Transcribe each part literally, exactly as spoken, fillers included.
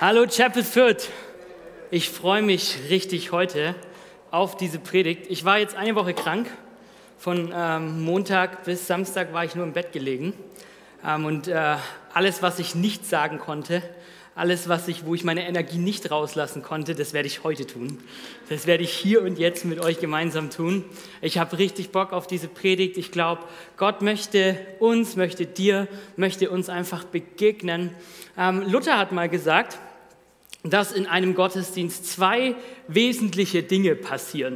Hallo Chapel Fürth, ich freue mich richtig heute auf diese Predigt. Ich war jetzt eine Woche krank, von ähm, Montag bis Samstag war ich nur im Bett gelegen ähm, und äh, alles, was ich nicht sagen konnte, alles, was ich, wo ich meine Energie nicht rauslassen konnte, das werde ich heute tun. Das werde ich hier und jetzt mit euch gemeinsam tun. Ich habe richtig Bock auf diese Predigt. Ich glaube, Gott möchte uns, möchte dir, möchte uns einfach begegnen. Ähm, Luther hat mal gesagt, dass in einem Gottesdienst zwei wesentliche Dinge passieren.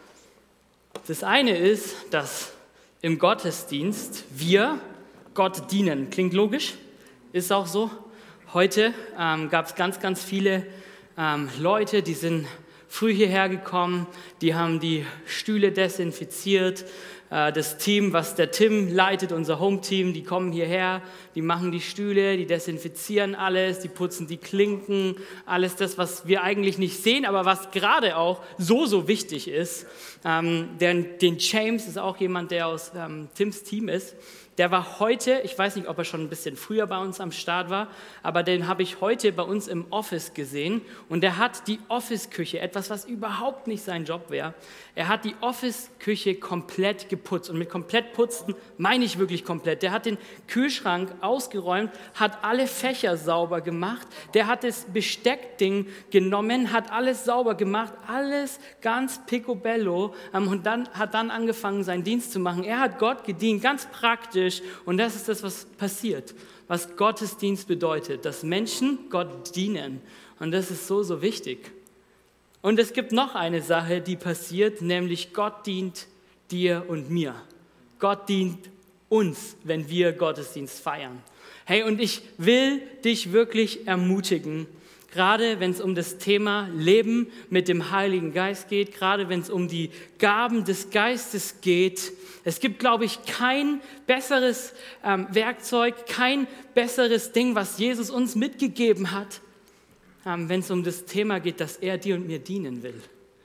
Das eine ist, dass im Gottesdienst wir Gott dienen. Klingt logisch? Ist auch so. Heute ähm, gab es ganz, ganz viele ähm, Leute, die sind früh hierher gekommen, die haben die Stühle desinfiziert. Äh, das Team, was der Tim leitet, unser Home-Team, die kommen hierher, die machen die Stühle, die desinfizieren alles, die putzen die Klinken, alles das, was wir eigentlich nicht sehen, aber was gerade auch so, so wichtig ist. Ähm, den, den James ist auch jemand, der aus ähm, Tims Team ist. Der war heute, ich weiß nicht, ob er schon ein bisschen früher bei uns am Start war, aber den habe ich heute bei uns im Office gesehen und der hat die Office-Küche, etwas, was überhaupt nicht sein Job wäre, er hat die Office-Küche komplett geputzt und mit komplett putzen meine ich wirklich komplett. Der hat den Kühlschrank ausgeräumt, hat alle Fächer sauber gemacht, der hat das Besteckding genommen, hat alles sauber gemacht, alles ganz picobello und dann hat dann angefangen, seinen Dienst zu machen. Er hat Gott gedient, ganz praktisch. Und das ist das, was passiert, was Gottesdienst bedeutet, dass Menschen Gott dienen. Und das ist so, so wichtig. Und es gibt noch eine Sache, die passiert, nämlich Gott dient dir und mir. Gott dient uns, wenn wir Gottesdienst feiern. Hey, und ich will dich wirklich ermutigen, gerade wenn es um das Thema Leben mit dem Heiligen Geist geht, gerade wenn es um die Gaben des Geistes geht. Es gibt, glaube ich, kein besseres ähm, Werkzeug, kein besseres Ding, was Jesus uns mitgegeben hat, ähm, wenn es um das Thema geht, dass er dir und mir dienen will.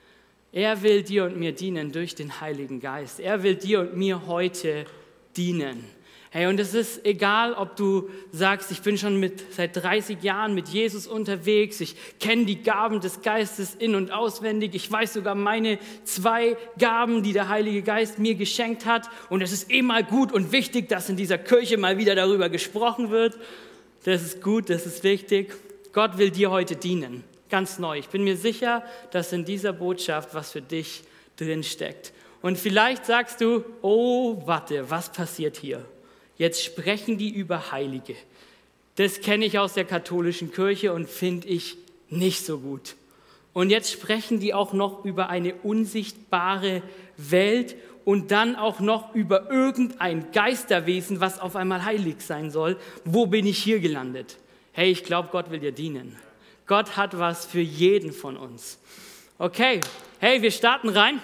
Er will dir und mir dienen durch den Heiligen Geist. Er will dir und mir heute dienen. Hey, und es ist egal, ob du sagst, ich bin schon mit, seit dreißig Jahren mit Jesus unterwegs, ich kenne die Gaben des Geistes in- und auswendig, ich weiß sogar meine zwei Gaben, die der Heilige Geist mir geschenkt hat, und es ist eh mal gut und wichtig, dass in dieser Kirche mal wieder darüber gesprochen wird. Das ist gut, das ist wichtig. Gott will dir heute dienen, ganz neu. Ich bin mir sicher, dass in dieser Botschaft was für dich drinsteckt. Und vielleicht sagst du, oh, warte, was passiert hier? Jetzt sprechen die über Heilige. Das kenne ich aus der katholischen Kirche und finde ich nicht so gut. Und jetzt sprechen die auch noch über eine unsichtbare Welt und dann auch noch über irgendein Geisterwesen, was auf einmal heilig sein soll. Wo bin ich hier gelandet? Hey, ich glaube, Gott will dir dienen. Gott hat was für jeden von uns. Okay, hey, wir starten rein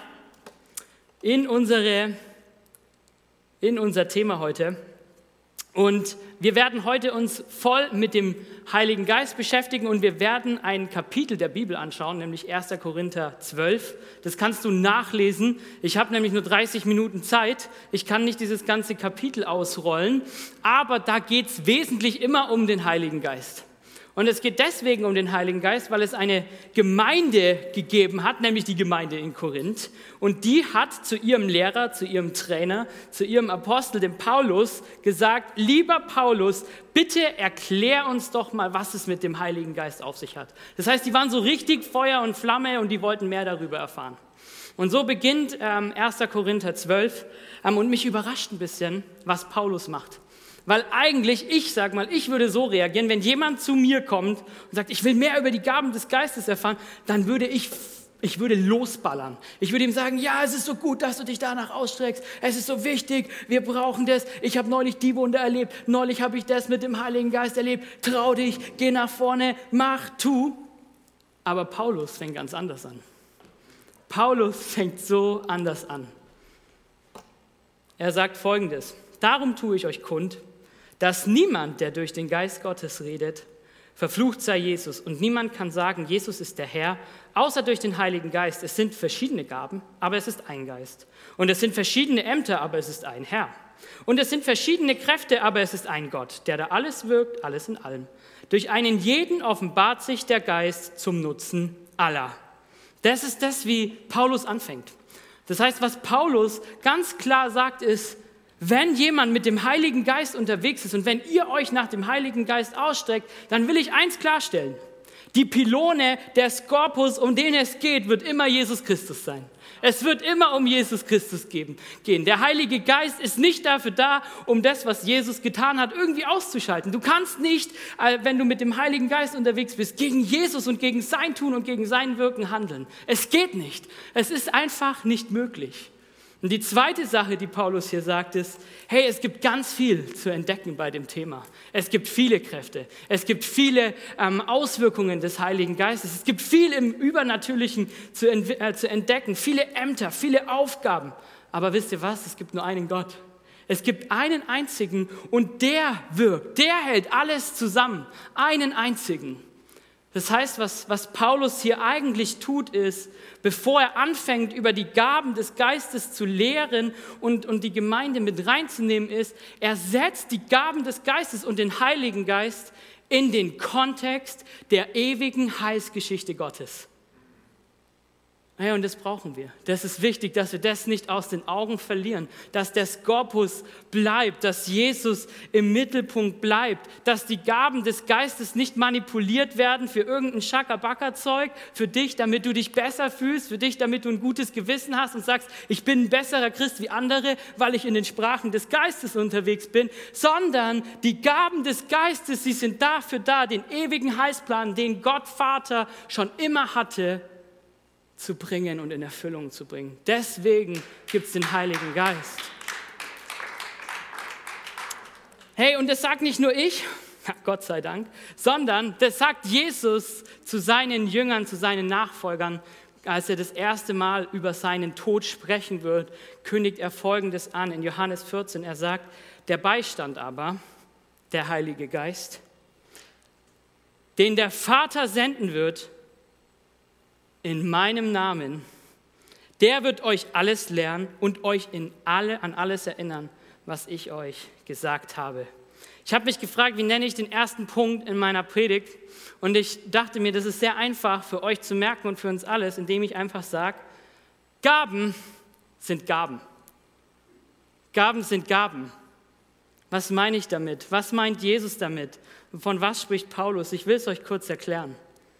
in, unsere, in unser Thema heute. Und wir werden heute uns voll mit dem Heiligen Geist beschäftigen und wir werden ein Kapitel der Bibel anschauen, nämlich erster Korinther zwölf. Das kannst du nachlesen. Ich habe nämlich nur dreißig Minuten Zeit. Ich kann nicht dieses ganze Kapitel ausrollen, aber da geht es wesentlich immer um den Heiligen Geist. Und es geht deswegen um den Heiligen Geist, weil es eine Gemeinde gegeben hat, nämlich die Gemeinde in Korinth. Und die hat zu ihrem Lehrer, zu ihrem Trainer, zu ihrem Apostel, dem Paulus, gesagt, lieber Paulus, bitte erklär uns doch mal, was es mit dem Heiligen Geist auf sich hat. Das heißt, die waren so richtig Feuer und Flamme und die wollten mehr darüber erfahren. Und so beginnt ähm, erster Korinther zwölf ähm, und mich überrascht ein bisschen, was Paulus macht. Weil eigentlich, ich sag mal, ich würde so reagieren, wenn jemand zu mir kommt und sagt, ich will mehr über die Gaben des Geistes erfahren, dann würde ich, ich würde losballern. Ich würde ihm sagen, ja, es ist so gut, dass du dich danach ausstreckst. Es ist so wichtig, wir brauchen das. Ich habe neulich die Wunder erlebt, neulich habe ich das mit dem Heiligen Geist erlebt. Trau dich, geh nach vorne, mach, tu. Aber Paulus fängt ganz anders an. Paulus fängt so anders an. Er sagt Folgendes: Darum tue ich euch kund, dass niemand, der durch den Geist Gottes redet, verflucht sei Jesus. Und niemand kann sagen, Jesus ist der Herr, außer durch den Heiligen Geist. Es sind verschiedene Gaben, aber es ist ein Geist. Und es sind verschiedene Ämter, aber es ist ein Herr. Und es sind verschiedene Kräfte, aber es ist ein Gott, der da alles wirkt, alles in allem. Durch einen jeden offenbart sich der Geist zum Nutzen aller. Das ist das, wie Paulus anfängt. Das heißt, was Paulus ganz klar sagt, ist, wenn jemand mit dem Heiligen Geist unterwegs ist und wenn ihr euch nach dem Heiligen Geist ausstreckt, dann will ich eins klarstellen. Die Pylone, der Skorpus, um den es geht, wird immer Jesus Christus sein. Es wird immer um Jesus Christus gehen. Der Heilige Geist ist nicht dafür da, um das, was Jesus getan hat, irgendwie auszuschalten. Du kannst nicht, wenn du mit dem Heiligen Geist unterwegs bist, gegen Jesus und gegen sein Tun und gegen sein Wirken handeln. Es geht nicht. Es ist einfach nicht möglich. Und die zweite Sache, die Paulus hier sagt, ist, hey, es gibt ganz viel zu entdecken bei dem Thema. Es gibt viele Kräfte, es gibt viele ähm, Auswirkungen des Heiligen Geistes, es gibt viel im Übernatürlichen zu, äh, zu entdecken, viele Ämter, viele Aufgaben. Aber wisst ihr was, es gibt nur einen Gott. Es gibt einen einzigen und der wirkt, der hält alles zusammen, einen einzigen. Das heißt, was, was Paulus hier eigentlich tut, ist, bevor er anfängt, über die Gaben des Geistes zu lehren und, und die Gemeinde mit reinzunehmen, ist, er setzt die Gaben des Geistes und den Heiligen Geist in den Kontext der ewigen Heilsgeschichte Gottes. Ja, und das brauchen wir. Das ist wichtig, dass wir das nicht aus den Augen verlieren, dass der Skorpus bleibt, dass Jesus im Mittelpunkt bleibt, dass die Gaben des Geistes nicht manipuliert werden für irgendein Schakabaka-Zeug, für dich, damit du dich besser fühlst, für dich, damit du ein gutes Gewissen hast und sagst, ich bin ein besserer Christ wie andere, weil ich in den Sprachen des Geistes unterwegs bin, sondern die Gaben des Geistes, sie sind dafür da, den ewigen Heilsplan, den Gott Vater schon immer hatte, zu bringen und in Erfüllung zu bringen. Deswegen gibt es den Heiligen Geist. Hey, und das sagt nicht nur ich, Gott sei Dank, sondern das sagt Jesus zu seinen Jüngern, zu seinen Nachfolgern. Als er das erste Mal über seinen Tod sprechen wird, kündigt er Folgendes an in Johannes vierzehn. Er sagt, der Beistand aber, der Heilige Geist, den der Vater senden wird, in meinem Namen, der wird euch alles lernen und euch in alle, an alles erinnern, was ich euch gesagt habe. Ich habe mich gefragt, wie nenne ich den ersten Punkt in meiner Predigt? Und ich dachte mir, das ist sehr einfach für euch zu merken und für uns alles, indem ich einfach sage, Gaben sind Gaben. Gaben sind Gaben. Was meine ich damit? Was meint Jesus damit? Von was spricht Paulus? Ich will es euch kurz erklären.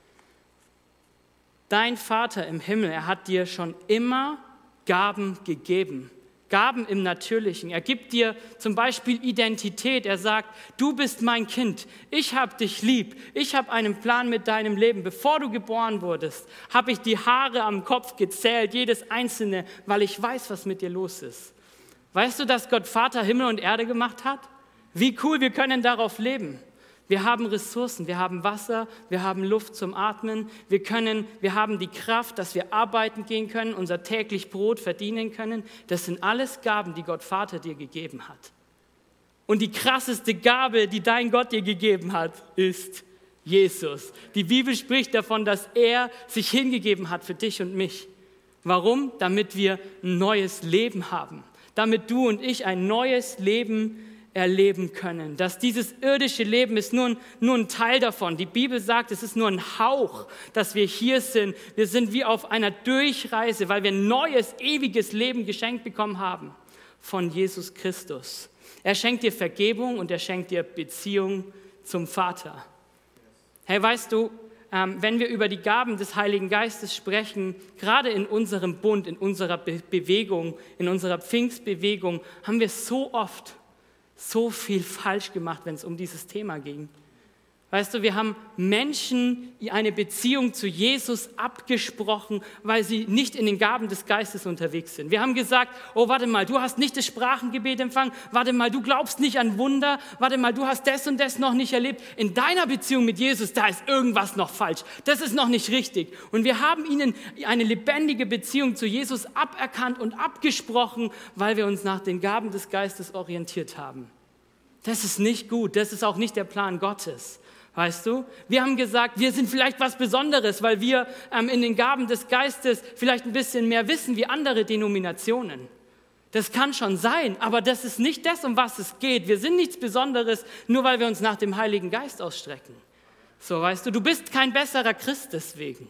Dein Vater im Himmel, er hat dir schon immer Gaben gegeben. Gaben im Natürlichen. Er gibt dir zum Beispiel Identität. Er sagt, du bist mein Kind. Ich habe dich lieb. Ich habe einen Plan mit deinem Leben. Bevor du geboren wurdest, habe ich die Haare am Kopf gezählt, jedes einzelne, weil ich weiß, was mit dir los ist. Weißt du, dass Gott Vater Himmel und Erde gemacht hat? Wie cool, wir können darauf leben. Wir haben Ressourcen, wir haben Wasser, wir haben Luft zum Atmen, wir können, wir haben die Kraft, dass wir arbeiten gehen können, unser täglich Brot verdienen können. Das sind alles Gaben, die Gott Vater dir gegeben hat. Und die krasseste Gabe, die dein Gott dir gegeben hat, ist Jesus. Die Bibel spricht davon, dass er sich hingegeben hat für dich und mich. Warum? Damit wir ein neues Leben haben. Damit du und ich ein neues Leben erleben können. Dass dieses irdische Leben ist nur ein, nur ein Teil davon. Die Bibel sagt, es ist nur ein Hauch, dass wir hier sind. Wir sind wie auf einer Durchreise, weil wir ein neues, ewiges Leben geschenkt bekommen haben von Jesus Christus. Er schenkt dir Vergebung und er schenkt dir Beziehung zum Vater. Hey, weißt du, wenn wir über die Gaben des Heiligen Geistes sprechen, gerade in unserem Bund, in unserer Be- Bewegung, in unserer Pfingstbewegung, haben wir so oft so viel falsch gemacht, wenn es um dieses Thema ging. Weißt du, wir haben Menschen eine Beziehung zu Jesus abgesprochen, weil sie nicht in den Gaben des Geistes unterwegs sind. Wir haben gesagt, oh, warte mal, du hast nicht das Sprachengebet empfangen, warte mal, du glaubst nicht an Wunder, warte mal, du hast das und das noch nicht erlebt. In deiner Beziehung mit Jesus, da ist irgendwas noch falsch. Das ist noch nicht richtig. Und wir haben ihnen eine lebendige Beziehung zu Jesus aberkannt und abgesprochen, weil wir uns nach den Gaben des Geistes orientiert haben. Das ist nicht gut, das ist auch nicht der Plan Gottes. Weißt du, wir haben gesagt, wir sind vielleicht was Besonderes, weil wir ähm, in den Gaben des Geistes vielleicht ein bisschen mehr wissen wie andere Denominationen. Das kann schon sein, aber das ist nicht das, um was es geht. Wir sind nichts Besonderes, nur weil wir uns nach dem Heiligen Geist ausstrecken. So, weißt du, du bist kein besserer Christ deswegen.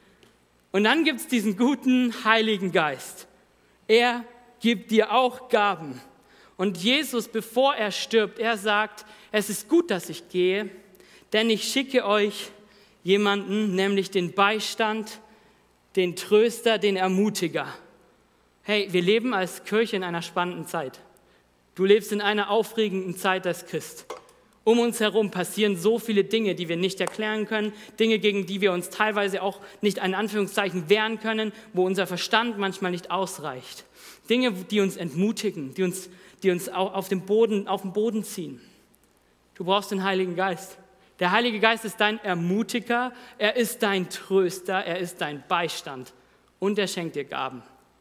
Und dann gibt es diesen guten Heiligen Geist. Er gibt dir auch Gaben. Und Jesus, bevor er stirbt, er sagt, es ist gut, dass ich gehe, denn ich schicke euch jemanden, nämlich den Beistand, den Tröster, den Ermutiger. Hey, wir leben als Kirche in einer spannenden Zeit. Du lebst in einer aufregenden Zeit als Christ. Um uns herum passieren so viele Dinge, die wir nicht erklären können, Dinge, gegen die wir uns teilweise auch nicht in Anführungszeichen wehren können, wo unser Verstand manchmal nicht ausreicht. Dinge, die uns entmutigen, die uns, die uns auch auf den Boden, auf den Boden ziehen. Du brauchst den Heiligen Geist. Der Heilige Geist ist dein Ermutiger, er ist dein Tröster, er ist dein Beistand und er schenkt dir Gaben.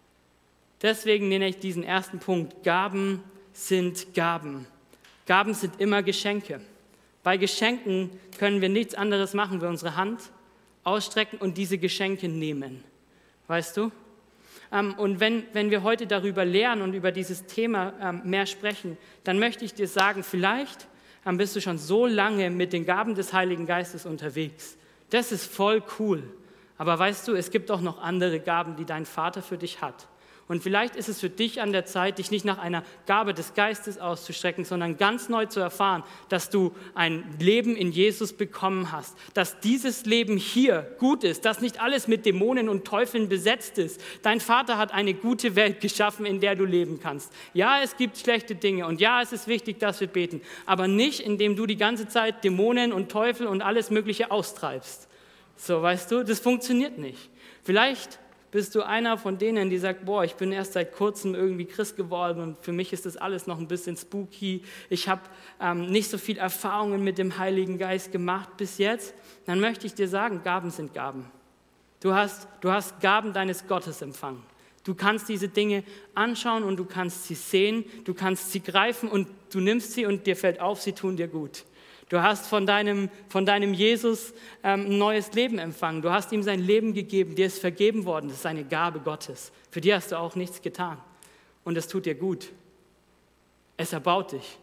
Deswegen nenne ich diesen ersten Punkt, Gaben sind Gaben. Gaben sind immer Geschenke. Bei Geschenken können wir nichts anderes machen, wie unsere Hand ausstrecken und diese Geschenke nehmen. Weißt du? Und wenn, wenn wir heute darüber lernen und über dieses Thema mehr sprechen, dann möchte ich dir sagen, vielleicht bist du schon so lange mit den Gaben des Heiligen Geistes unterwegs. Das ist voll cool. Aber weißt du, es gibt auch noch andere Gaben, die dein Vater für dich hat. Und vielleicht ist es für dich an der Zeit, dich nicht nach einer Gabe des Geistes auszustrecken, sondern ganz neu zu erfahren, dass du ein Leben in Jesus bekommen hast, dass dieses Leben hier gut ist, dass nicht alles mit Dämonen und Teufeln besetzt ist. Dein Vater hat eine gute Welt geschaffen, in der du leben kannst. Ja, es gibt schlechte Dinge und ja, es ist wichtig, dass wir beten, aber nicht, indem du die ganze Zeit Dämonen und Teufel und alles Mögliche austreibst. So, weißt du, das funktioniert nicht. Vielleicht bist du einer von denen, die sagt, boah, ich bin erst seit kurzem irgendwie Christ geworden und für mich ist das alles noch ein bisschen spooky. Ich habe ähm, nicht so viel Erfahrungen mit dem Heiligen Geist gemacht bis jetzt. Dann möchte ich dir sagen, Gaben sind Gaben. Du hast, du hast Gaben deines Gottes empfangen. Du kannst diese Dinge anschauen und du kannst sie sehen, du kannst sie greifen und du nimmst sie und dir fällt auf, sie tun dir gut. Du hast von deinem, von deinem Jesus ähm, ein neues Leben empfangen. Du hast ihm sein Leben gegeben, dir ist vergeben worden. Das ist eine Gabe Gottes. Für die hast du auch nichts getan. Und es tut dir gut. Es erbaut dich.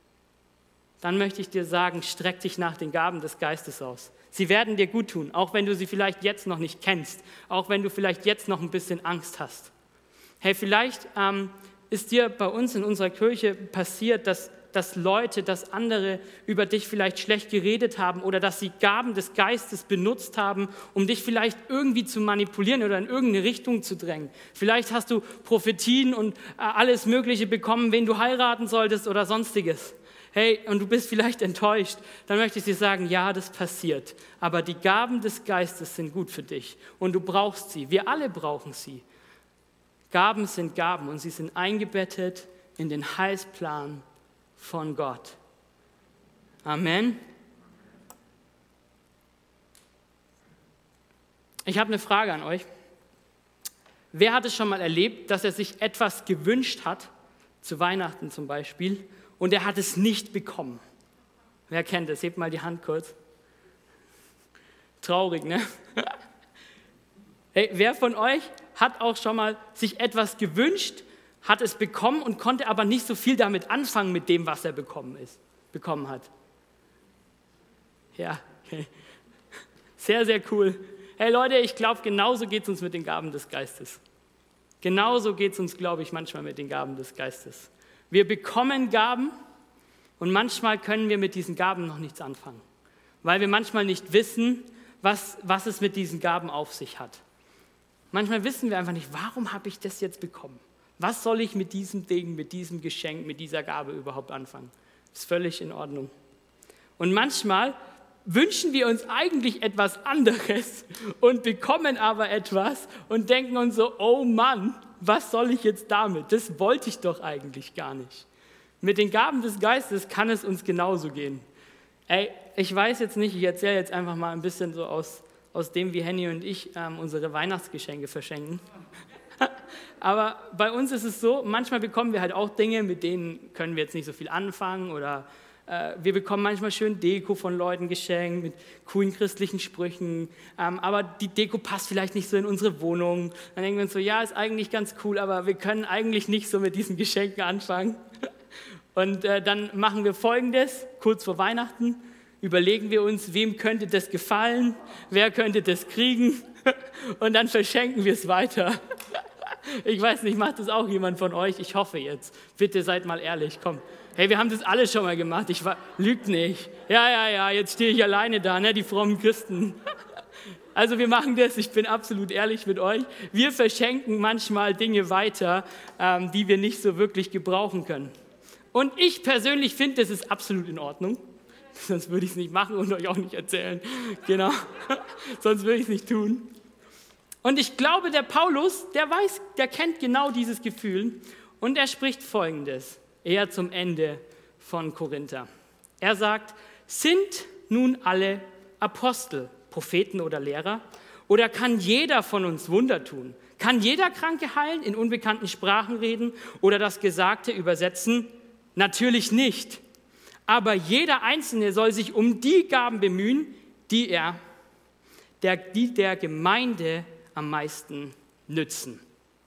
Dann möchte ich dir sagen, streck dich nach den Gaben des Geistes aus. Sie werden dir gut tun, auch wenn du sie vielleicht jetzt noch nicht kennst, auch wenn du vielleicht jetzt noch ein bisschen Angst hast. Hey, vielleicht ähm, ist dir bei uns in unserer Kirche passiert, dass dass Leute, dass andere über dich vielleicht schlecht geredet haben oder dass sie Gaben des Geistes benutzt haben, um dich vielleicht irgendwie zu manipulieren oder in irgendeine Richtung zu drängen. Vielleicht hast du Prophetien und alles Mögliche bekommen, wen du heiraten solltest oder sonstiges. Hey, und du bist vielleicht enttäuscht, dann möchte ich dir sagen, ja, das passiert. Aber die Gaben des Geistes sind gut für dich und du brauchst sie. Wir alle brauchen sie. Gaben sind Gaben und sie sind eingebettet in den Heilsplan von Gott. Amen. Ich habe eine Frage an euch. Wer hat es schon mal erlebt, dass er sich etwas gewünscht hat, zu Weihnachten zum Beispiel, und er hat es nicht bekommen? Wer kennt es? Hebt mal die Hand kurz. Traurig, ne? Hey, wer von euch hat auch schon mal sich etwas gewünscht, hat es bekommen und konnte aber nicht so viel damit anfangen mit dem, was er bekommen, ist, bekommen hat? Ja, okay. Sehr, sehr cool. Hey Leute, ich glaube, genauso geht es uns mit den Gaben des Geistes. Genauso geht es uns, glaube ich, manchmal mit den Gaben des Geistes. Wir bekommen Gaben und manchmal können wir mit diesen Gaben noch nichts anfangen, weil wir manchmal nicht wissen, was, was es mit diesen Gaben auf sich hat. Manchmal wissen wir einfach nicht, warum habe ich das jetzt bekommen? Was soll ich mit diesem Ding, mit diesem Geschenk, mit dieser Gabe überhaupt anfangen? Ist völlig in Ordnung. Und manchmal wünschen wir uns eigentlich etwas anderes und bekommen aber etwas und denken uns so, oh Mann, was soll ich jetzt damit? Das wollte ich doch eigentlich gar nicht. Mit den Gaben des Geistes kann es uns genauso gehen. Ey, ich weiß jetzt nicht, ich erzähle jetzt einfach mal ein bisschen so aus, aus dem, wie Henny und ich ähm, unsere Weihnachtsgeschenke verschenken. Aber bei uns ist es so, manchmal bekommen wir halt auch Dinge, mit denen können wir jetzt nicht so viel anfangen oder äh, wir bekommen manchmal schön Deko von Leuten geschenkt mit coolen christlichen Sprüchen, ähm, aber die Deko passt vielleicht nicht so in unsere Wohnung. Dann denken wir uns so, ja, ist eigentlich ganz cool, aber wir können eigentlich nicht so mit diesen Geschenken anfangen. Und äh, dann machen wir Folgendes, kurz vor Weihnachten, überlegen wir uns, wem könnte das gefallen, wer könnte das kriegen und dann verschenken wir es weiter. Ich weiß nicht, macht das auch jemand von euch? Ich hoffe jetzt. Bitte seid mal ehrlich, komm. Hey, wir haben das alle schon mal gemacht, ich war, lügt nicht. Ja, ja, ja, jetzt stehe ich alleine da, ne, die frommen Christen. Also wir machen das, ich bin absolut ehrlich mit euch. Wir verschenken manchmal Dinge weiter, ähm, die wir nicht so wirklich gebrauchen können. Und ich persönlich finde, das ist absolut in Ordnung. Sonst würde ich es nicht machen und euch auch nicht erzählen. Genau, sonst würde ich es nicht tun. Und ich glaube, der Paulus, der weiß, der kennt genau dieses Gefühl. Und er spricht Folgendes, eher zum Ende von Korinther. Er sagt, sind nun alle Apostel, Propheten oder Lehrer? Oder kann jeder von uns Wunder tun? Kann jeder Kranke heilen, in unbekannten Sprachen reden oder das Gesagte übersetzen? Natürlich nicht. Aber jeder Einzelne soll sich um die Gaben bemühen, die er, der, die der Gemeinde am meisten nützen.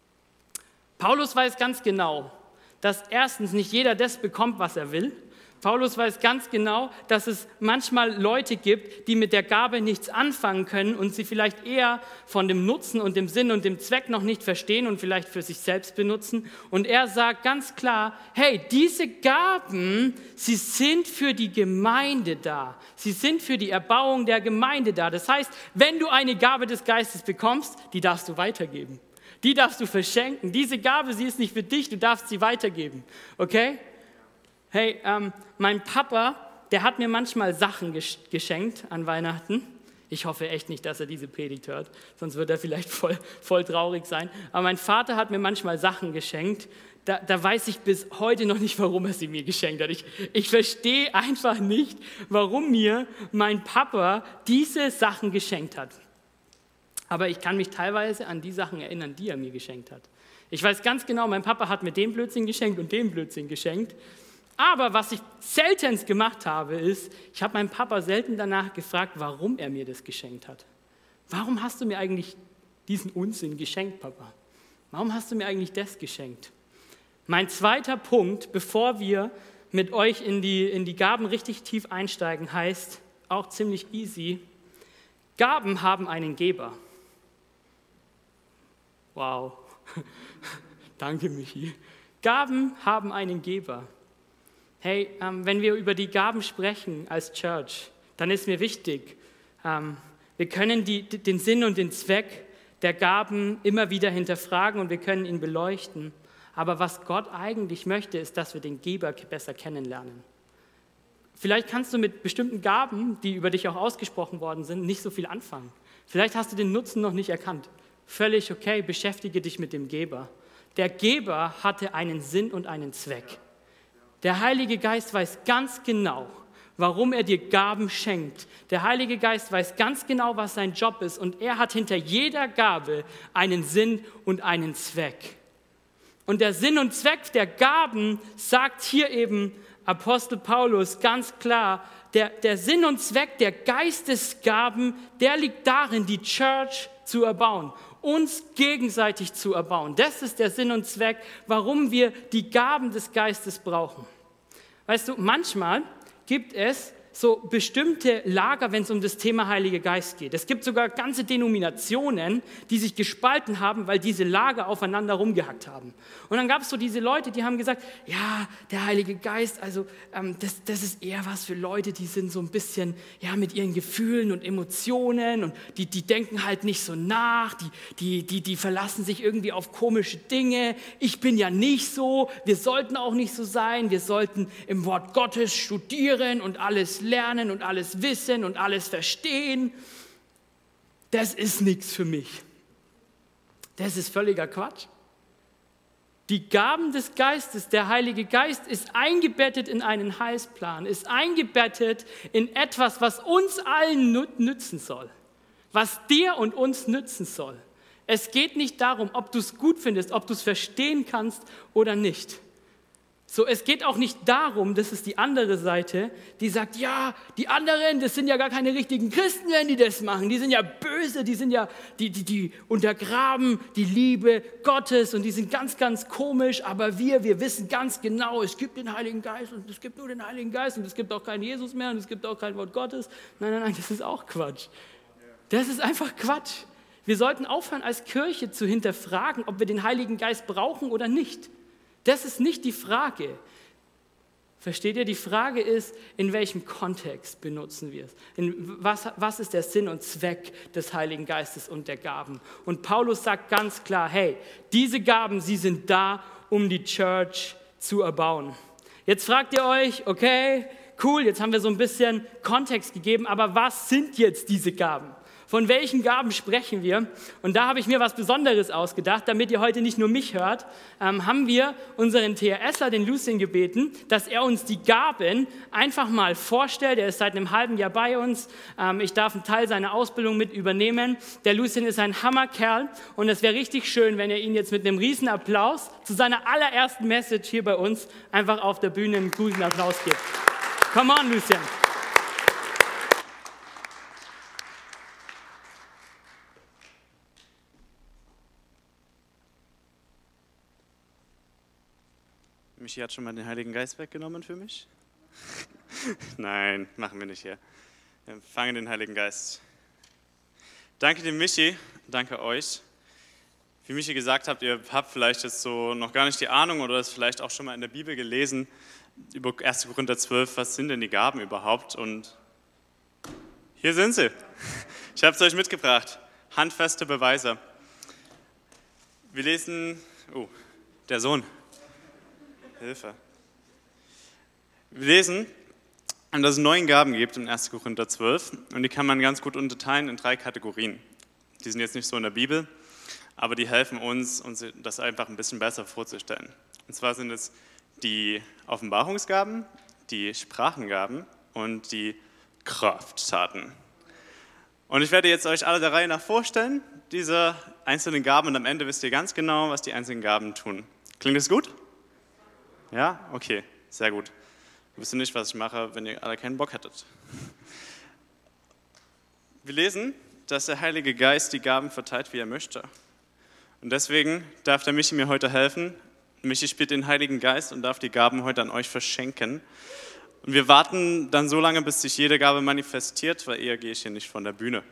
Paulus weiß ganz genau, dass erstens nicht jeder das bekommt, was er will. Paulus weiß ganz genau, dass es manchmal Leute gibt, die mit der Gabe nichts anfangen können und sie vielleicht eher von dem Nutzen und dem Sinn und dem Zweck noch nicht verstehen und vielleicht für sich selbst benutzen. Und er sagt ganz klar, hey, diese Gaben, sie sind für die Gemeinde da. Sie sind für die Erbauung der Gemeinde da. Das heißt, wenn du eine Gabe des Geistes bekommst, die darfst du weitergeben. Die darfst du verschenken. Diese Gabe, sie ist nicht für dich, du darfst sie weitergeben. Okay? Hey, ähm, mein Papa, der hat mir manchmal Sachen geschenkt an Weihnachten. Ich hoffe echt nicht, dass er diese Predigt hört, sonst wird er vielleicht voll, voll traurig sein. Aber mein Vater hat mir manchmal Sachen geschenkt, da, da weiß ich bis heute noch nicht, warum er sie mir geschenkt hat. Ich, ich verstehe einfach nicht, warum mir mein Papa diese Sachen geschenkt hat. Aber ich kann mich teilweise an die Sachen erinnern, die er mir geschenkt hat. Ich weiß ganz genau, mein Papa hat mir den Blödsinn geschenkt und den Blödsinn geschenkt. Aber was ich seltenst gemacht habe, ist, ich habe meinen Papa selten danach gefragt, warum er mir das geschenkt hat. Warum hast du mir eigentlich diesen Unsinn geschenkt, Papa? Warum hast du mir eigentlich das geschenkt? Mein zweiter Punkt, bevor wir mit euch in die, in die Gaben richtig tief einsteigen, heißt, auch ziemlich easy, Gaben haben einen Geber. Wow, danke Michi. Gaben haben einen Geber. Hey, ähm, wenn wir über die Gaben sprechen als Church, dann ist mir wichtig, ähm, wir können die, den Sinn und den Zweck der Gaben immer wieder hinterfragen und wir können ihn beleuchten. Aber was Gott eigentlich möchte, ist, dass wir den Geber besser kennenlernen. Vielleicht kannst du mit bestimmten Gaben, die über dich auch ausgesprochen worden sind, nicht so viel anfangen. Vielleicht hast du den Nutzen noch nicht erkannt. Völlig okay, beschäftige dich mit dem Geber. Der Geber hatte einen Sinn und einen Zweck. Der Heilige Geist weiß ganz genau, warum er dir Gaben schenkt. Der Heilige Geist weiß ganz genau, was sein Job ist. Und er hat hinter jeder Gabe einen Sinn und einen Zweck. Und der Sinn und Zweck der Gaben sagt hier eben Apostel Paulus ganz klar, der, der Sinn und Zweck der Geistesgaben, der liegt darin, die Church zu erbauen, uns gegenseitig zu erbauen. Das ist der Sinn und Zweck, warum wir die Gaben des Geistes brauchen. Weißt du, manchmal gibt es so bestimmte Lager, wenn es um das Thema Heiliger Geist geht. Es gibt sogar ganze Denominationen, die sich gespalten haben, weil diese Lager aufeinander rumgehackt haben. Und dann gab es so diese Leute, die haben gesagt, ja, der Heilige Geist, also ähm, das, das ist eher was für Leute, die sind so ein bisschen ja, mit ihren Gefühlen und Emotionen und die, die denken halt nicht so nach, die, die, die, die verlassen sich irgendwie auf komische Dinge. Ich bin ja nicht so, wir sollten auch nicht so sein, wir sollten im Wort Gottes studieren und alles lernen und alles wissen und alles verstehen. Das ist nichts für mich. Das ist völliger Quatsch. Die Gaben des Geistes, der Heilige Geist ist eingebettet in einen Heilsplan, ist eingebettet in etwas, was uns allen nützen soll, was dir und uns nützen soll. Es geht nicht darum, ob du es gut findest, ob du es verstehen kannst oder nicht. So, es geht auch nicht darum, das ist die andere Seite, die sagt, ja, die anderen, das sind ja gar keine richtigen Christen, wenn die das machen. Die sind ja böse, die sind ja, die, die, die untergraben die Liebe Gottes und die sind ganz, ganz komisch. Aber wir, wir wissen ganz genau, es gibt den Heiligen Geist und es gibt nur den Heiligen Geist und es gibt auch keinen Jesus mehr und es gibt auch kein Wort Gottes. Nein, nein, nein, das ist auch Quatsch. Das ist einfach Quatsch. Wir sollten aufhören, als Kirche zu hinterfragen, ob wir den Heiligen Geist brauchen oder nicht. Das ist nicht die Frage. Versteht ihr? Die Frage ist, in welchem Kontext benutzen wir es? In was, was ist der Sinn und Zweck des Heiligen Geistes und der Gaben? Und Paulus sagt ganz klar, hey, diese Gaben, sie sind da, um die Church zu erbauen. Jetzt fragt ihr euch, okay, cool, jetzt haben wir so ein bisschen Kontext gegeben, aber was sind jetzt diese Gaben? Von welchen Gaben sprechen wir? Und da habe ich mir was Besonderes ausgedacht, damit ihr heute nicht nur mich hört, ähm, haben wir unseren THSler, den Lucien, gebeten, dass er uns die Gaben einfach mal vorstellt. Er ist seit einem halben Jahr bei uns. Ähm, ich darf einen Teil seiner Ausbildung mit übernehmen. Der Lucien ist ein Hammerkerl und es wäre richtig schön, wenn ihr ihn jetzt mit einem riesen Applaus zu seiner allerersten Message hier bei uns einfach auf der Bühne einen guten Applaus gibt. Come on, Lucien. Michi hat schon mal den Heiligen Geist weggenommen für mich. Nein, machen wir nicht hier. Wir empfangen den Heiligen Geist. Danke dem Michi, danke euch. Wie Michi gesagt habt, ihr habt vielleicht jetzt so noch gar nicht die Ahnung oder es vielleicht auch schon mal in der Bibel gelesen, über erster Korinther zwölf, was sind denn die Gaben überhaupt? Und hier sind sie. Ich habe es euch mitgebracht. Handfeste Beweise. Wir lesen, oh, der Sohn. Hilfe. Wir lesen, dass es neun Gaben gibt in erster Korinther zwölf und die kann man ganz gut unterteilen in drei Kategorien. Die sind jetzt nicht so in der Bibel, aber die helfen uns, uns das einfach ein bisschen besser vorzustellen. Und zwar sind es die Offenbarungsgaben, die Sprachengaben und die Krafttaten. Und ich werde jetzt euch alle der Reihe nach vorstellen, diese einzelnen Gaben, und am Ende wisst ihr ganz genau, was die einzelnen Gaben tun. Klingt das gut? Ja? Okay, sehr gut. Wir wissen nicht, was ich mache, wenn ihr alle keinen Bock hättet. Wir lesen, dass der Heilige Geist die Gaben verteilt, wie er möchte. Und deswegen darf der Michi mir heute helfen. Michi spielt den Heiligen Geist und darf die Gaben heute an euch verschenken. Und wir warten dann so lange, bis sich jede Gabe manifestiert, weil eher gehe ich hier nicht von der Bühne.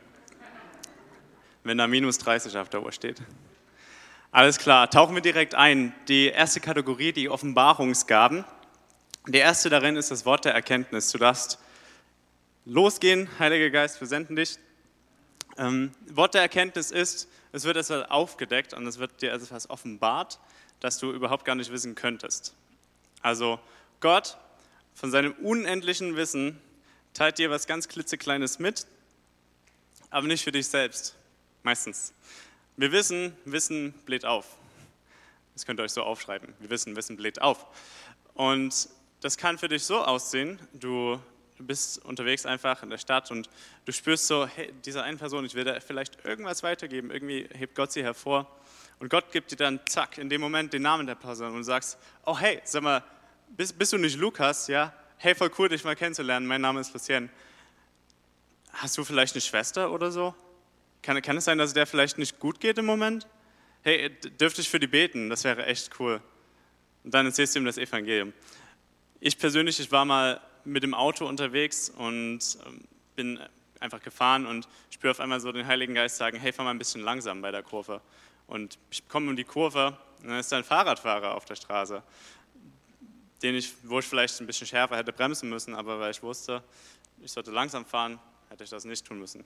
Wenn da minus dreißig auf der Uhr steht. Alles klar, tauchen wir direkt ein. Die erste Kategorie, die Offenbarungsgaben. Der erste darin ist das Wort der Erkenntnis. Du darfst losgehen, Heiliger Geist, wir senden dich. Ähm, Wort der Erkenntnis ist, es wird etwas aufgedeckt und es wird dir etwas offenbart, das du überhaupt gar nicht wissen könntest. Also Gott von seinem unendlichen Wissen teilt dir was ganz klitzekleines mit, aber nicht für dich selbst, meistens. Wir wissen, Wissen bläht auf. Das könnt ihr euch so aufschreiben. Wir wissen, Wissen bläht auf. Und das kann für dich so aussehen, du bist unterwegs einfach in der Stadt und du spürst so, hey, dieser einen Person, ich will da vielleicht irgendwas weitergeben, irgendwie hebt Gott sie hervor. Und Gott gibt dir dann, zack, in dem Moment den Namen der Person und du sagst, oh hey, sag mal, bist, bist du nicht Lukas, ja? Hey, voll cool, dich mal kennenzulernen, mein Name ist Lucien. Hast du vielleicht eine Schwester oder so? Kann, kann es sein, dass es der vielleicht nicht gut geht im Moment? Hey, dürfte ich für die beten? Das wäre echt cool. Und dann erzählst du ihm das Evangelium. Ich persönlich, ich war mal mit dem Auto unterwegs und bin einfach gefahren und spüre auf einmal so den Heiligen Geist sagen, hey, fahr mal ein bisschen langsam bei der Kurve. Und ich komme um die Kurve und dann ist da ein Fahrradfahrer auf der Straße, den ich, wo ich vielleicht ein bisschen schärfer hätte bremsen müssen, aber weil ich wusste, ich sollte langsam fahren, hätte ich das nicht tun müssen.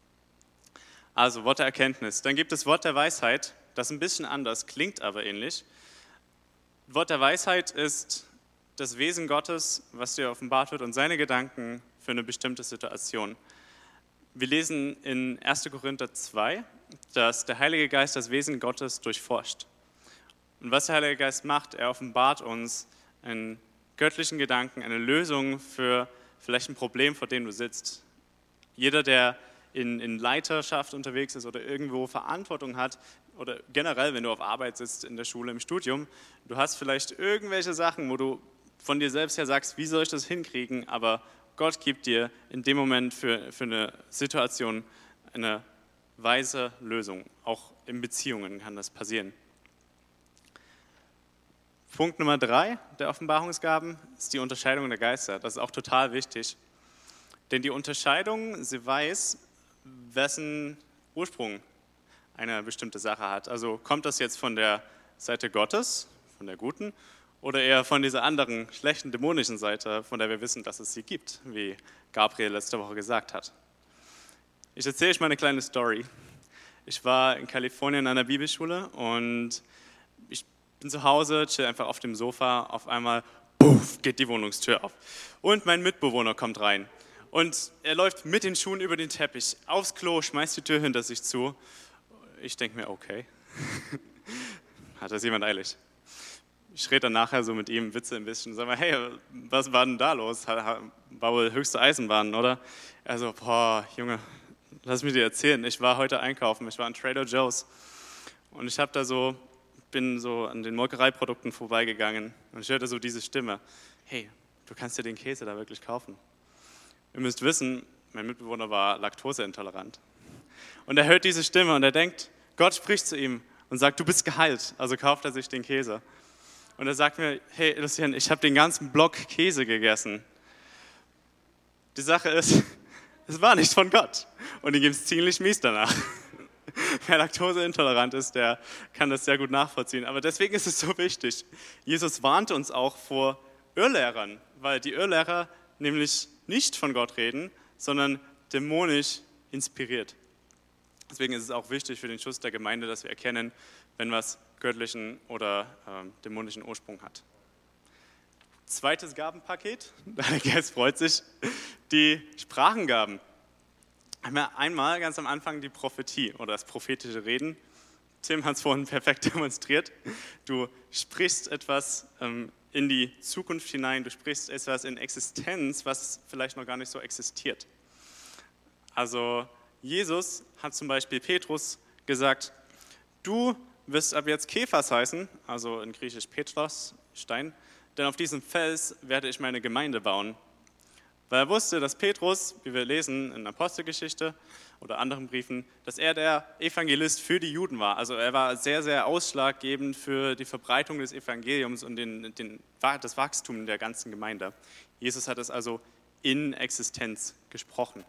Also Wort der Erkenntnis. Dann gibt es Wort der Weisheit, das ein bisschen anders, klingt aber ähnlich. Wort der Weisheit ist das Wesen Gottes, was dir offenbart wird und seine Gedanken für eine bestimmte Situation. Wir lesen in erster Korinther zwei, dass der Heilige Geist das Wesen Gottes durchforscht. Und was der Heilige Geist macht, er offenbart uns einen göttlichen Gedanken, eine Lösung für vielleicht ein Problem, vor dem du sitzt. Jeder, der in, in Leiterschaft unterwegs ist oder irgendwo Verantwortung hat oder generell, wenn du auf Arbeit sitzt, in der Schule, im Studium, du hast vielleicht irgendwelche Sachen, wo du von dir selbst her sagst, wie soll ich das hinkriegen, aber Gott gibt dir in dem Moment für, für eine Situation eine weise Lösung. Auch in Beziehungen kann das passieren. Punkt Nummer drei der Offenbarungsgaben ist die Unterscheidung der Geister. Das ist auch total wichtig. Denn die Unterscheidung, sie weiß, wessen Ursprung eine bestimmte Sache hat. Also kommt das jetzt von der Seite Gottes, von der guten, oder eher von dieser anderen, schlechten, dämonischen Seite, von der wir wissen, dass es sie gibt, wie Gabriel letzte Woche gesagt hat. Ich erzähle euch mal eine kleine Story. Ich war in Kalifornien an einer Bibelschule und ich bin zu Hause, chill einfach auf dem Sofa, auf einmal, puff, geht die Wohnungstür auf. Und mein Mitbewohner kommt rein. Und er läuft mit den Schuhen über den Teppich aufs Klo, schmeißt die Tür hinter sich zu. Ich denke mir, okay, hat das jemand eilig? Ich rede dann nachher so mit ihm, Witze ein bisschen, sag mal, hey, was war denn da los? War wohl höchste Eisenbahn, oder? Er so, boah, Junge, lass mich dir erzählen, ich war heute einkaufen, ich war in Trader Joe's und ich habe da so, bin so an den Molkereiprodukten vorbeigegangen und ich hörte so diese Stimme, hey, du kannst dir den Käse da wirklich kaufen. Ihr müsst wissen, mein Mitbewohner war laktoseintolerant. Und er hört diese Stimme und er denkt, Gott spricht zu ihm und sagt, du bist geheilt, also kauft er sich den Käse. Und er sagt mir, hey Lucian, ich habe den ganzen Block Käse gegessen. Die Sache ist, es war nicht von Gott und ihm ging es ziemlich mies danach. Wer laktoseintolerant ist, der kann das sehr gut nachvollziehen. Aber deswegen ist es so wichtig. Jesus warnt uns auch vor Irrlehrern, weil die Irrlehrer nämlich nicht von Gott reden, sondern dämonisch inspiriert. Deswegen ist es auch wichtig für den Schutz der Gemeinde, dass wir erkennen, wenn was göttlichen oder ähm, dämonischen Ursprung hat. Zweites Gabenpaket, der Geist freut sich, die Sprachengaben. Einmal ganz am Anfang die Prophetie oder das prophetische Reden. Tim hat es vorhin perfekt demonstriert. Du sprichst etwas ähm, in die Zukunft hinein, du sprichst etwas in Existenz, was vielleicht noch gar nicht so existiert. Also Jesus hat zum Beispiel Petrus gesagt, du wirst ab jetzt Kephas heißen, also in Griechisch Petros, Stein, denn auf diesem Fels werde ich meine Gemeinde bauen. Weil er wusste, dass Petrus, wie wir lesen in der Apostelgeschichte oder anderen Briefen, dass er der Evangelist für die Juden war. Also er war sehr, sehr ausschlaggebend für die Verbreitung des Evangeliums und den, den, das Wachstum der ganzen Gemeinde. Jesus hat es also in Existenz gesprochen.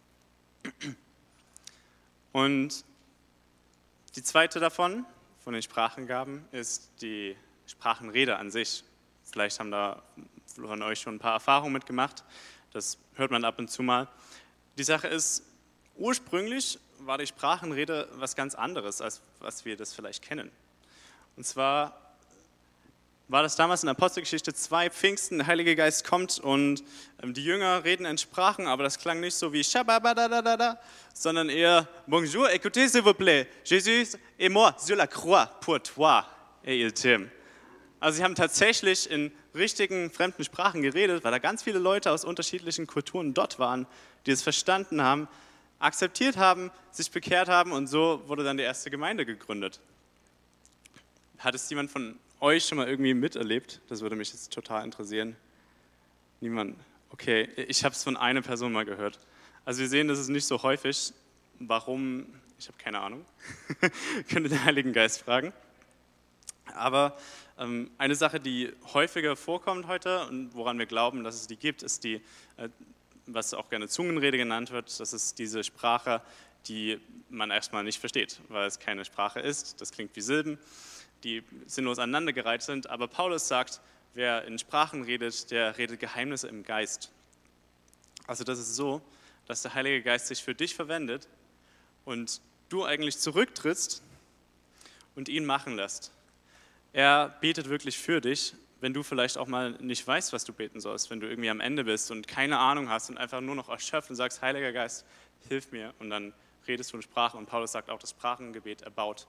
Und die zweite davon, von den Sprachengaben, ist die Sprachenrede an sich. Vielleicht haben da von euch schon ein paar Erfahrungen mitgemacht. Das hört man ab und zu mal. Die Sache ist, ursprünglich war die Sprachenrede was ganz anderes, als was wir das vielleicht kennen. Und zwar war das damals in Apostelgeschichte zwei, Pfingsten, der Heilige Geist kommt und die Jünger reden in Sprachen, aber das klang nicht so wie Shababadadadada, sondern eher Bonjour, écoutez s'il vous plaît, Jésus et moi sur la croix pour toi et il t'aime. Also sie haben tatsächlich in richtigen fremden Sprachen geredet, weil da ganz viele Leute aus unterschiedlichen Kulturen dort waren, die es verstanden haben, akzeptiert haben, sich bekehrt haben und so wurde dann die erste Gemeinde gegründet. Hat es jemand von euch schon mal irgendwie miterlebt? Das würde mich jetzt total interessieren. Niemand? Okay, ich habe es von einer Person mal gehört. Also wir sehen, das ist nicht so häufig. Warum? Ich habe keine Ahnung. Könnt ihr den Heiligen Geist fragen. Aber ähm, eine Sache, die häufiger vorkommt heute und woran wir glauben, dass es die gibt, ist die, äh, was auch gerne Zungenrede genannt wird. Das ist diese Sprache, die man erstmal nicht versteht, weil es keine Sprache ist. Das klingt wie Silben, die sinnlos aneinandergereiht sind. Aber Paulus sagt, wer in Sprachen redet, der redet Geheimnisse im Geist. Also das ist so, dass der Heilige Geist sich für dich verwendet und du eigentlich zurücktrittst und ihn machen lässt. Er betet wirklich für dich, wenn du vielleicht auch mal nicht weißt, was du beten sollst, wenn du irgendwie am Ende bist und keine Ahnung hast und einfach nur noch erschöpft und sagst, Heiliger Geist, hilf mir. Und dann redest du in Sprachen und Paulus sagt auch, das Sprachengebet erbaut.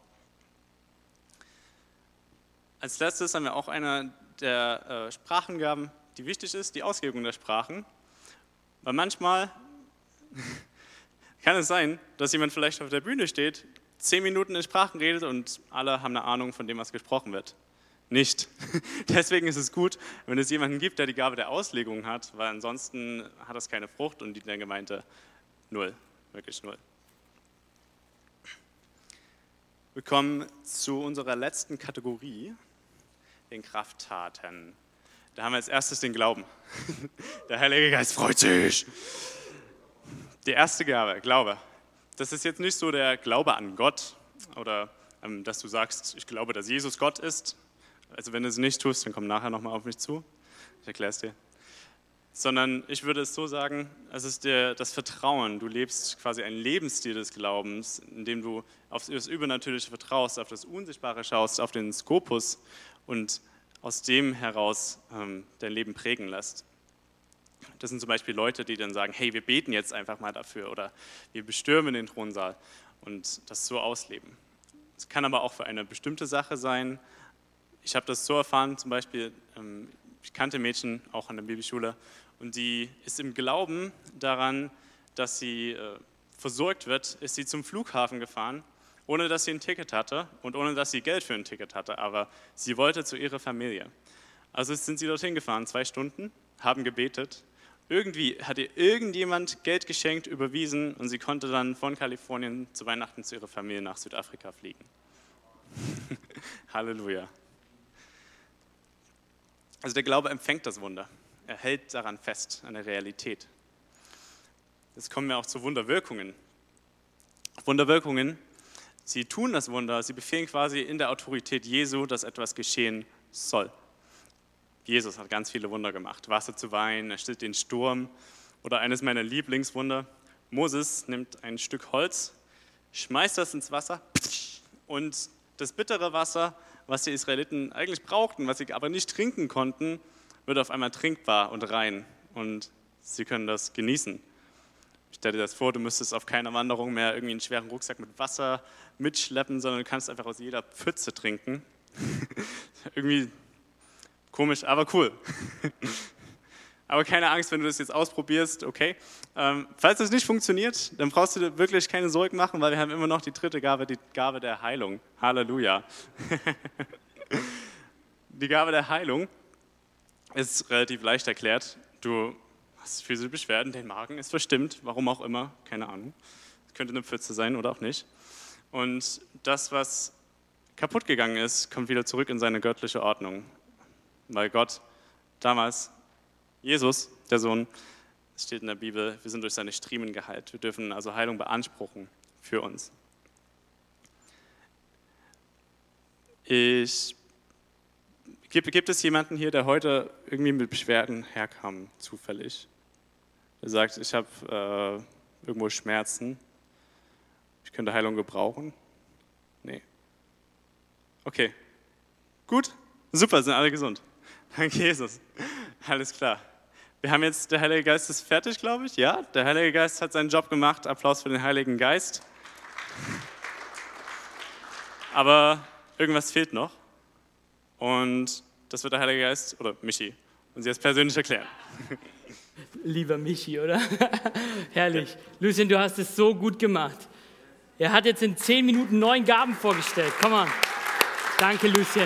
Als letztes haben wir auch eine der äh, Sprachengaben, die wichtig ist, die Auslegung der Sprachen. Weil manchmal kann es sein, dass jemand vielleicht auf der Bühne steht, zehn Minuten in Sprachen redet und alle haben eine Ahnung von dem, was gesprochen wird. Nicht. Deswegen ist es gut, wenn es jemanden gibt, der die Gabe der Auslegung hat, weil ansonsten hat das keine Frucht und die der Gemeinde null, wirklich null. Wir kommen zu unserer letzten Kategorie, den Krafttaten. Da haben wir als erstes den Glauben. Der Heilige Geist freut sich. Die erste Gabe, Glaube. Das ist jetzt nicht so der Glaube an Gott oder ähm, dass du sagst, ich glaube, dass Jesus Gott ist. Also wenn du es nicht tust, dann komm nachher nochmal auf mich zu. Ich erkläre es dir. Sondern ich würde es so sagen, es ist der, das Vertrauen. Du lebst quasi einen Lebensstil des Glaubens, in dem du auf das Übernatürliche vertraust, auf das Unsichtbare schaust, auf den Skopus und aus dem heraus ähm, dein Leben prägen lässt. Das sind zum Beispiel Leute, die dann sagen, hey, wir beten jetzt einfach mal dafür oder wir bestürmen den Thronsaal und das so ausleben. Es kann aber auch für eine bestimmte Sache sein. Ich habe das so erfahren, zum Beispiel, ähm, ich kannte Mädchen auch an der Bibelschule und die ist im Glauben daran, dass sie äh, versorgt wird, ist sie zum Flughafen gefahren, ohne dass sie ein Ticket hatte und ohne dass sie Geld für ein Ticket hatte, aber sie wollte zu ihrer Familie. Also sind sie dorthin gefahren, zwei Stunden, haben gebetet. Irgendwie hat ihr irgendjemand Geld geschenkt, überwiesen und sie konnte dann von Kalifornien zu Weihnachten zu ihrer Familie nach Südafrika fliegen. Halleluja. Also der Glaube empfängt das Wunder. Er hält daran fest, an der Realität. Jetzt kommen wir auch zu Wunderwirkungen. Wunderwirkungen, sie tun das Wunder, sie befehlen quasi in der Autorität Jesu, dass etwas geschehen soll. Jesus hat ganz viele Wunder gemacht. Wasser zu Wein, er stillt den Sturm. Oder eines meiner Lieblingswunder, Moses nimmt ein Stück Holz, schmeißt das ins Wasser und das bittere Wasser, was die Israeliten eigentlich brauchten, was sie aber nicht trinken konnten, wird auf einmal trinkbar und rein und sie können das genießen. Stell dir das vor, du müsstest auf keiner Wanderung mehr irgendwie einen schweren Rucksack mit Wasser mitschleppen, sondern du kannst einfach aus jeder Pfütze trinken. Irgendwie komisch, aber cool. Aber keine Angst, wenn du das jetzt ausprobierst, okay. Ähm, falls das nicht funktioniert, dann brauchst du dir wirklich keine Sorgen machen, weil wir haben immer noch die dritte Gabe, die Gabe der Heilung. Halleluja. Die Gabe der Heilung ist relativ leicht erklärt. Du hast physische Beschwerden, dein Magen ist verstimmt, warum auch immer, keine Ahnung. Es könnte eine Pfütze sein oder auch nicht. Und das, was kaputt gegangen ist, kommt wieder zurück in seine göttliche Ordnung. Weil Gott damals, Jesus, der Sohn, es steht in der Bibel, wir sind durch seine Striemen geheilt. Wir dürfen also Heilung beanspruchen für uns. Ich, gibt, gibt es jemanden hier, der heute irgendwie mit Beschwerden herkam, zufällig? Der sagt, ich habe äh, irgendwo Schmerzen, ich könnte Heilung gebrauchen? Nee. Okay, gut, super, sind alle gesund. Danke, Jesus. Alles klar. Wir haben jetzt, der Heilige Geist ist fertig, glaube ich. Ja, der Heilige Geist hat seinen Job gemacht. Applaus für den Heiligen Geist. Aber irgendwas fehlt noch. Und das wird der Heilige Geist, oder Michi, uns jetzt persönlich erklären. Lieber Michi, oder? Herrlich. Lucien, du hast es so gut gemacht. Er hat jetzt in zehn Minuten neun Gaben vorgestellt. Komm on. Danke, Lucien.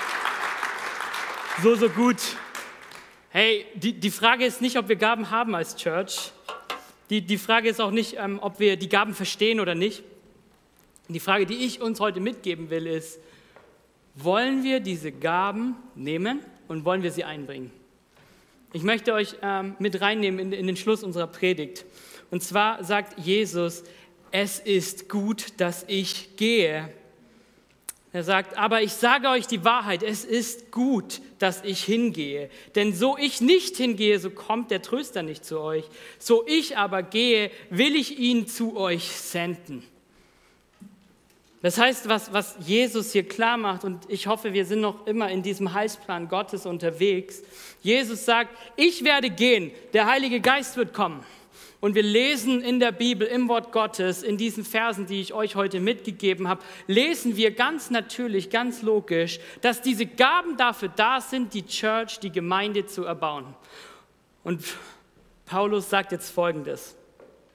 So, so gut. Hey, die, die Frage ist nicht, ob wir Gaben haben als Church. Die, die Frage ist auch nicht, ähm, ob wir die Gaben verstehen oder nicht. Die Frage, die ich uns heute mitgeben will, ist, wollen wir diese Gaben nehmen und wollen wir sie einbringen? Ich möchte euch ähm, mit reinnehmen in, in den Schluss unserer Predigt. Und zwar sagt Jesus, es ist gut, dass ich gehe. Er sagt, aber ich sage euch die Wahrheit, es ist gut, dass ich hingehe. Denn so ich nicht hingehe, so kommt der Tröster nicht zu euch. So ich aber gehe, will ich ihn zu euch senden. Das heißt, was, was Jesus hier klar macht, und ich hoffe, wir sind noch immer in diesem Heilsplan Gottes unterwegs. Jesus sagt, ich werde gehen, der Heilige Geist wird kommen. Und wir lesen in der Bibel, im Wort Gottes, in diesen Versen, die ich euch heute mitgegeben habe, lesen wir ganz natürlich, ganz logisch, dass diese Gaben dafür da sind, die Church, die Gemeinde zu erbauen. Und Paulus sagt jetzt Folgendes.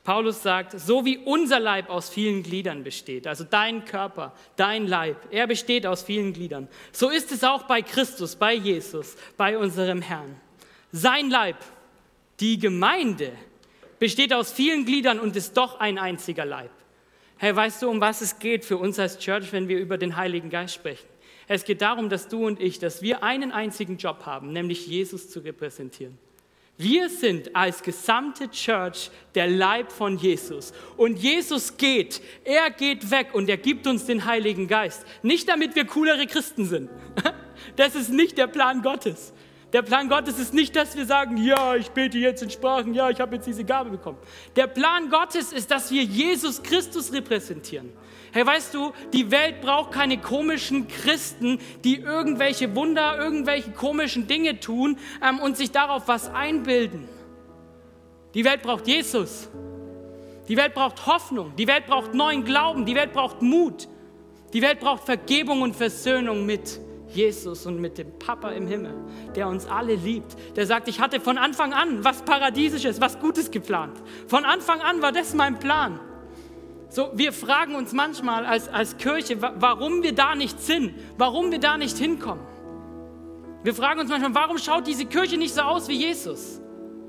Paulus sagt, so wie unser Leib aus vielen Gliedern besteht, also dein Körper, dein Leib, er besteht aus vielen Gliedern, so ist es auch bei Christus, bei Jesus, bei unserem Herrn. Sein Leib, die Gemeinde, besteht aus vielen Gliedern und ist doch ein einziger Leib. Hey, weißt du, um was es geht für uns als Church, wenn wir über den Heiligen Geist sprechen? Es geht darum, dass du und ich, dass wir einen einzigen Job haben, nämlich Jesus zu repräsentieren. Wir sind als gesamte Church der Leib von Jesus. Und Jesus geht, er geht weg und er gibt uns den Heiligen Geist. Nicht damit wir coolere Christen sind. Das ist nicht der Plan Gottes. Der Plan Gottes ist nicht, dass wir sagen, ja, ich bete jetzt in Sprachen, ja, ich habe jetzt diese Gabe bekommen. Der Plan Gottes ist, dass wir Jesus Christus repräsentieren. Hey, weißt du, die Welt braucht keine komischen Christen, die irgendwelche Wunder, irgendwelche komischen Dinge tun ähm, und sich darauf was einbilden. Die Welt braucht Jesus. Die Welt braucht Hoffnung. Die Welt braucht neuen Glauben. Die Welt braucht Mut. Die Welt braucht Vergebung und Versöhnung mit Jesus und mit dem Papa im Himmel, der uns alle liebt. Der sagt, ich hatte von Anfang an was Paradiesisches, was Gutes geplant. Von Anfang an war das mein Plan. So, wir fragen uns manchmal als, als Kirche, warum wir da nicht sind, warum wir da nicht hinkommen. Wir fragen uns manchmal, warum schaut diese Kirche nicht so aus wie Jesus?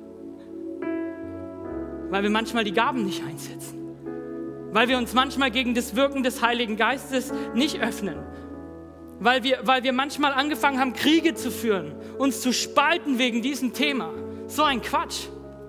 Weil wir manchmal die Gaben nicht einsetzen. Weil wir uns manchmal gegen das Wirken des Heiligen Geistes nicht öffnen. Weil wir, weil wir manchmal angefangen haben, Kriege zu führen, uns zu spalten wegen diesem Thema. So ein Quatsch.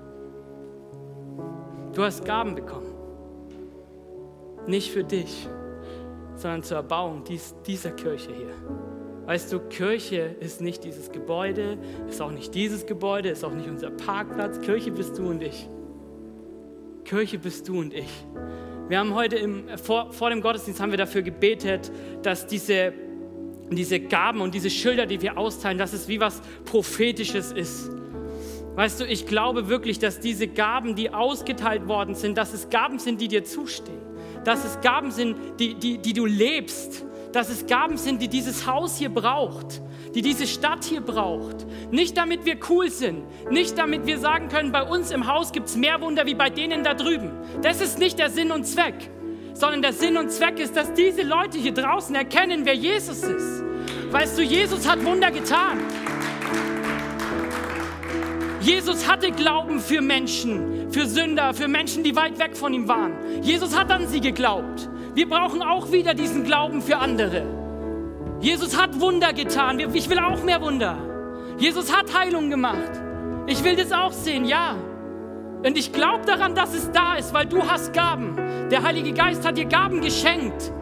Du hast Gaben bekommen. Nicht für dich, sondern zur Erbauung dies, dieser Kirche hier. Weißt du, Kirche ist nicht dieses Gebäude, ist auch nicht dieses Gebäude, ist auch nicht unser Parkplatz. Kirche bist du und ich. Kirche bist du und ich. Wir haben heute im, vor, vor dem Gottesdienst haben wir dafür gebetet, dass diese diese Gaben und diese Schilder, die wir austeilen, dass es wie was Prophetisches ist. Weißt du, ich glaube wirklich, dass diese Gaben, die ausgeteilt worden sind, dass es Gaben sind, die dir zustehen. Dass es Gaben sind, die, die, die du lebst. Dass es Gaben sind, die dieses Haus hier braucht. Die diese Stadt hier braucht. Nicht damit wir cool sind. Nicht damit wir sagen können, bei uns im Haus gibt es mehr Wunder wie bei denen da drüben. Das ist nicht der Sinn und Zweck. Sondern der Sinn und Zweck ist, dass diese Leute hier draußen erkennen, wer Jesus ist. Weißt du, Jesus hat Wunder getan. Jesus hatte Glauben für Menschen, für Sünder, für Menschen, die weit weg von ihm waren. Jesus hat an sie geglaubt. Wir brauchen auch wieder diesen Glauben für andere. Jesus hat Wunder getan. Ich will auch mehr Wunder. Jesus hat Heilung gemacht. Ich will das auch sehen, ja. Und ich glaube daran, dass es da ist, weil du hast Gaben. Der Heilige Geist hat dir Gaben geschenkt.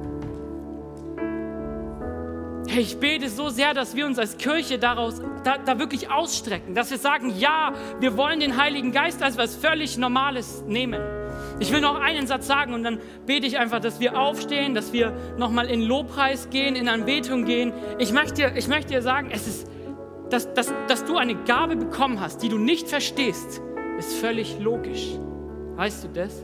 Hey, ich bete so sehr, dass wir uns als Kirche daraus, da, da wirklich ausstrecken. Dass wir sagen, ja, wir wollen den Heiligen Geist als was völlig Normales nehmen. Ich will noch einen Satz sagen und dann bete ich einfach, dass wir aufstehen, dass wir nochmal in Lobpreis gehen, in Anbetung gehen. Ich möchte dir, ich möchte dir sagen, es ist, dass, dass, dass du eine Gabe bekommen hast, die du nicht verstehst, ist völlig logisch. Weißt du das?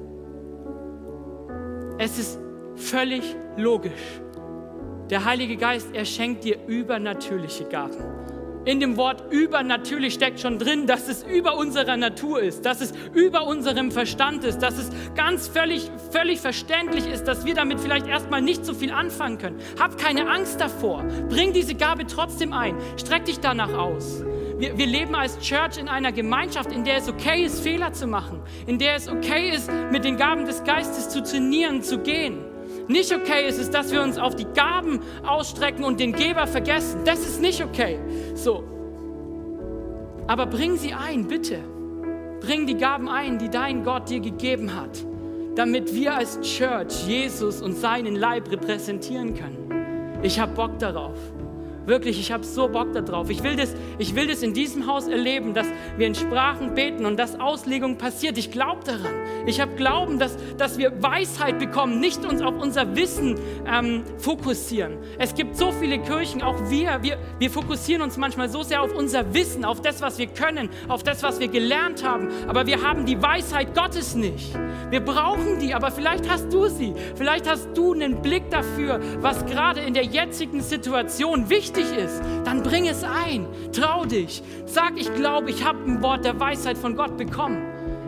Es ist völlig logisch. Der Heilige Geist, er schenkt dir übernatürliche Gaben. In dem Wort übernatürlich steckt schon drin, dass es über unserer Natur ist, dass es über unserem Verstand ist, dass es ganz völlig, völlig verständlich ist, dass wir damit vielleicht erstmal nicht so viel anfangen können. Hab keine Angst davor. Bring diese Gabe trotzdem ein. Streck dich danach aus. Wir, wir leben als Church in einer Gemeinschaft, in der es okay ist, Fehler zu machen, in der es okay ist, mit den Gaben des Geistes zu trainieren, zu gehen. Nicht okay ist es, dass wir uns auf die Gaben ausstrecken und den Geber vergessen. Das ist nicht okay. So. Aber bring sie ein, bitte. Bring die Gaben ein, die dein Gott dir gegeben hat, damit wir als Church Jesus und seinen Leib repräsentieren können. Ich habe Bock darauf. Wirklich, ich habe so Bock darauf. Ich will das, ich will das in diesem Haus erleben, dass wir in Sprachen beten und dass Auslegung passiert. Ich glaube daran. Ich habe Glauben, dass, dass wir Weisheit bekommen, nicht uns auf unser Wissen ähm, fokussieren. Es gibt so viele Kirchen, auch wir, wir, wir fokussieren uns manchmal so sehr auf unser Wissen, auf das, was wir können, auf das, was wir gelernt haben. Aber wir haben die Weisheit Gottes nicht. Wir brauchen die, aber vielleicht hast du sie. Vielleicht hast du einen Blick dafür, was gerade in der jetzigen Situation wichtig ist, dann bring es ein. Trau dich. Sag, ich glaube, ich habe ein Wort der Weisheit von Gott bekommen.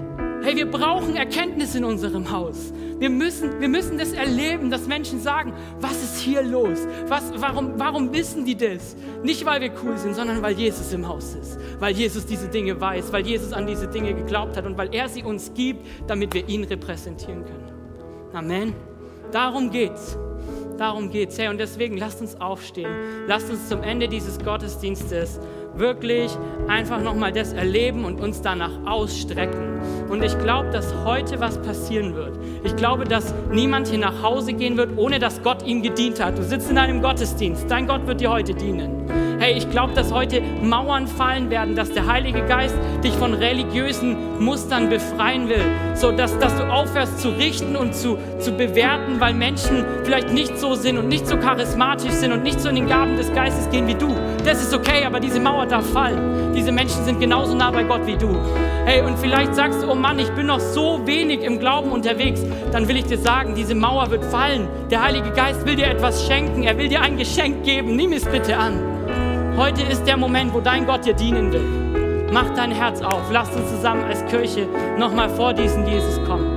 Hey, wir brauchen Erkenntnis in unserem Haus. Wir müssen, wir müssen das erleben, dass Menschen sagen, was ist hier los? Was, warum, warum wissen die das? Nicht, weil wir cool sind, sondern weil Jesus im Haus ist. Weil Jesus diese Dinge weiß, weil Jesus an diese Dinge geglaubt hat und weil er sie uns gibt, damit wir ihn repräsentieren können. Amen. Darum geht's. Darum geht's. Hey, und deswegen lasst uns aufstehen. Lasst uns zum Ende dieses Gottesdienstes wirklich einfach nochmal das erleben und uns danach ausstrecken. Und ich glaube, dass heute was passieren wird. Ich glaube, dass niemand hier nach Hause gehen wird, ohne dass Gott ihm gedient hat. Du sitzt in einem Gottesdienst, dein Gott wird dir heute dienen. Hey, ich glaube, dass heute Mauern fallen werden, dass der Heilige Geist dich von religiösen Mustern befreien will, so dass, dass du aufhörst zu richten und zu, zu bewerten, weil Menschen vielleicht nicht so sind und nicht so charismatisch sind und nicht so in den Gaben des Geistes gehen wie du. Das ist okay, aber diese Mauer darf fallen. Diese Menschen sind genauso nah bei Gott wie du. Hey, und vielleicht sagst du, oh Mann, ich bin noch so wenig im Glauben unterwegs. Dann will ich dir sagen, diese Mauer wird fallen. Der Heilige Geist will dir etwas schenken. Er will dir ein Geschenk geben. Nimm es bitte an. Heute ist der Moment, wo dein Gott dir dienen will. Mach dein Herz auf. Lass uns zusammen als Kirche nochmal vor diesen Jesus kommen.